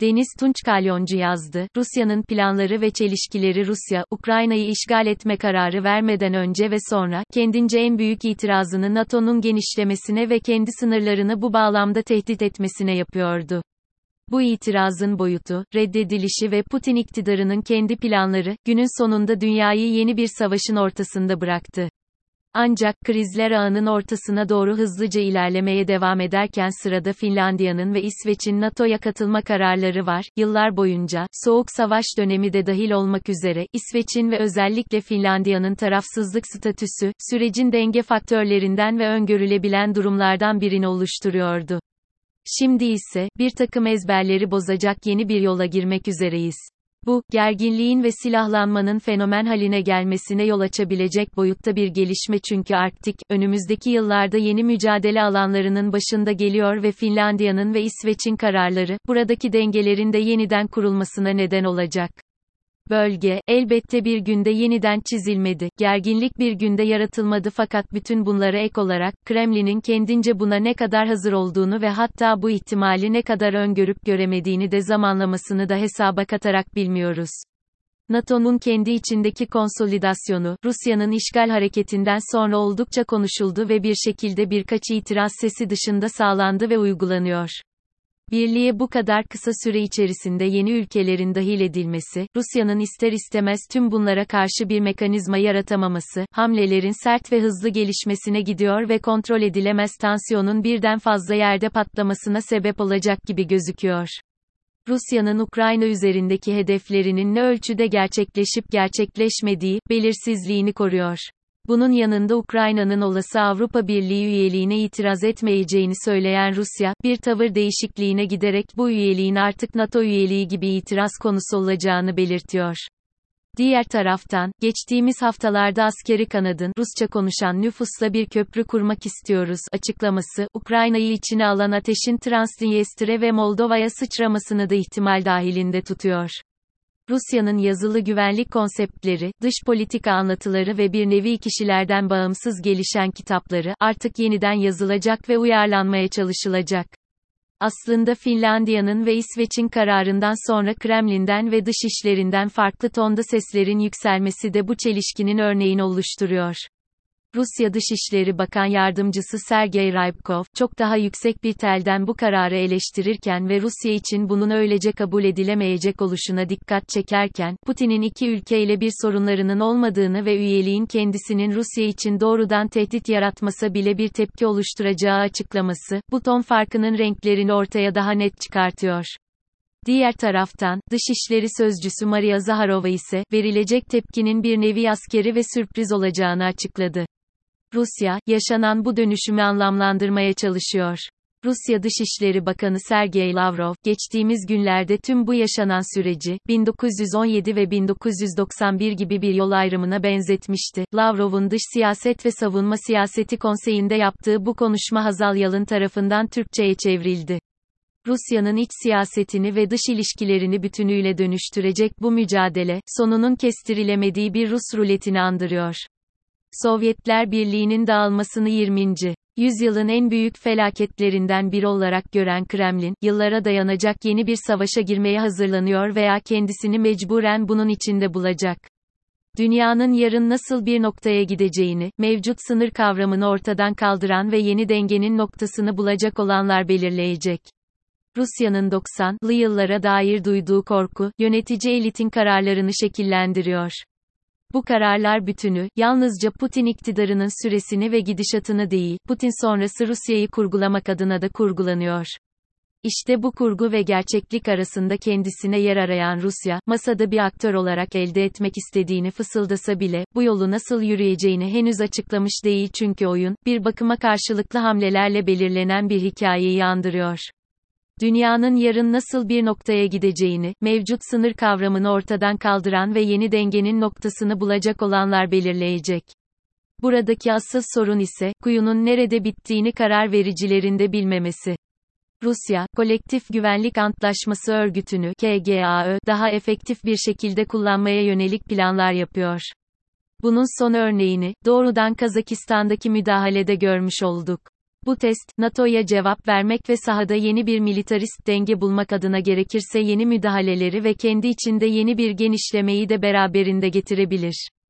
Deniz Tunç Kalyoncu yazdı. Rusya'nın planları ve çelişkileri. Rusya, Ukrayna'yı işgal etme kararı vermeden önce ve sonra, kendince en büyük itirazını NATO'nun genişlemesine ve kendi sınırlarını bu bağlamda tehdit etmesine yapıyordu. Bu itirazın boyutu, reddedilişi ve Putin iktidarının kendi planları, günün sonunda dünyayı yeni bir savaşın ortasında bıraktı. Ancak, krizler ağının ortasına doğru hızlıca ilerlemeye devam ederken sırada Finlandiya'nın ve İsveç'in NATO'ya katılma kararları var. Yıllar boyunca, Soğuk Savaş dönemi de dahil olmak üzere, İsveç'in ve özellikle Finlandiya'nın tarafsızlık statüsü, sürecin denge faktörlerinden ve öngörülebilen durumlardan birini oluşturuyordu. Şimdi ise, bir takım ezberleri bozacak yeni bir yola girmek üzereyiz. Bu, gerginliğin ve silahlanmanın fenomen haline gelmesine yol açabilecek boyutta bir gelişme çünkü Arktik, önümüzdeki yıllarda yeni mücadele alanlarının başında geliyor ve Finlandiya'nın ve İsveç'in kararları, buradaki dengelerin de yeniden kurulmasına neden olacak. Bölge, elbette bir günde yeniden çizilmedi, gerginlik bir günde yaratılmadı fakat bütün bunlara ek olarak, Kremlin'in kendince buna ne kadar hazır olduğunu ve hatta bu ihtimali ne kadar öngörüp göremediğini de zamanlamasını da hesaba katarak bilmiyoruz. NATO'nun kendi içindeki konsolidasyonu, Rusya'nın işgal hareketinden sonra oldukça konuşuldu ve bir şekilde birkaç itiraz sesi dışında sağlandı ve uygulanıyor. Birliğe bu kadar kısa süre içerisinde yeni ülkelerin dahil edilmesi, Rusya'nın ister istemez tüm bunlara karşı bir mekanizma yaratamaması, hamlelerin sert ve hızlı gelişmesine gidiyor ve kontrol edilemez tansiyonun birden fazla yerde patlamasına sebep olacak gibi gözüküyor. Rusya'nın Ukrayna üzerindeki hedeflerinin ne ölçüde gerçekleşip gerçekleşmediği, belirsizliğini koruyor. Bunun yanında Ukrayna'nın olası Avrupa Birliği üyeliğine itiraz etmeyeceğini söyleyen Rusya, bir tavır değişikliğine giderek bu üyeliğin artık NATO üyeliği gibi itiraz konusu olacağını belirtiyor. Diğer taraftan, geçtiğimiz haftalarda askeri kanadın, Rusça konuşan nüfusla bir köprü kurmak istiyoruz, açıklaması, Ukrayna'yı içine alan ateşin Transnistria ve Moldova'ya sıçramasını da ihtimal dahilinde tutuyor. Rusya'nın yazılı güvenlik konseptleri, dış politika anlatıları ve bir nevi kişilerden bağımsız gelişen kitapları, artık yeniden yazılacak ve uyarlanmaya çalışılacak. Aslında Finlandiya'nın ve İsveç'in kararından sonra Kremlin'den ve dışişlerinden farklı tonda seslerin yükselmesi de bu çelişkinin örneğini oluşturuyor. Rusya Dışişleri Bakan Yardımcısı Sergey Rybakov, çok daha yüksek bir telden bu kararı eleştirirken ve Rusya için bunun öylece kabul edilemeyecek oluşuna dikkat çekerken, Putin'in iki ülkeyle bir sorunlarının olmadığını ve üyeliğin kendisinin Rusya için doğrudan tehdit yaratmasa bile bir tepki oluşturacağı açıklaması, bu ton farkının renklerini ortaya daha net çıkartıyor. Diğer taraftan, Dışişleri Sözcüsü Maria Zaharova ise, verilecek tepkinin bir nevi askeri ve sürpriz olacağını açıkladı. Rusya, yaşanan bu dönüşümü anlamlandırmaya çalışıyor. Rusya Dışişleri Bakanı Sergey Lavrov, geçtiğimiz günlerde tüm bu yaşanan süreci, 1917 ve 1991 gibi bir yol ayrımına benzetmişti. Lavrov'un Dış Siyaset ve Savunma Siyaseti Konseyi'nde yaptığı bu konuşma Hazal Yalın tarafından Türkçe'ye çevrildi. Rusya'nın iç siyasetini ve dış ilişkilerini bütünüyle dönüştürecek bu mücadele, sonunun kestirilemediği bir Rus ruletini andırıyor. Sovyetler Birliği'nin dağılmasını 20. yüzyılın en büyük felaketlerinden biri olarak gören Kremlin, yıllara dayanacak yeni bir savaşa girmeye hazırlanıyor veya kendisini mecburen bunun içinde bulacak. Dünyanın yarın nasıl bir noktaya gideceğini, mevcut sınır kavramını ortadan kaldıran ve yeni dengenin noktasını bulacak olanlar belirleyecek. Rusya'nın 90'lı yıllara dair duyduğu korku, yönetici elitin kararlarını şekillendiriyor. Bu kararlar bütünü, yalnızca Putin iktidarının süresini ve gidişatını değil, Putin sonrası Rusya'yı kurgulamak adına da kurgulanıyor. İşte bu kurgu ve gerçeklik arasında kendisine yer arayan Rusya, masada bir aktör olarak elde etmek istediğini fısıldasa bile, bu yolu nasıl yürüyeceğini henüz açıklamış değil çünkü oyun, bir bakıma karşılıklı hamlelerle belirlenen bir hikayeyi andırıyor. Dünyanın yarın nasıl bir noktaya gideceğini, mevcut sınır kavramını ortadan kaldıran ve yeni dengenin noktasını bulacak olanlar belirleyecek. Buradaki asıl sorun ise, kuyunun nerede bittiğini karar vericilerin de bilmemesi. Rusya, Kolektif Güvenlik Antlaşması Örgütü'nü, KGAÖ, daha efektif bir şekilde kullanmaya yönelik planlar yapıyor. Bunun son örneğini, doğrudan Kazakistan'daki müdahalede görmüş olduk. Bu test, NATO'ya cevap vermek ve sahada yeni bir militarist denge bulmak adına gerekirse yeni müdahaleleri ve kendi içinde yeni bir genişlemeyi de beraberinde getirebilir.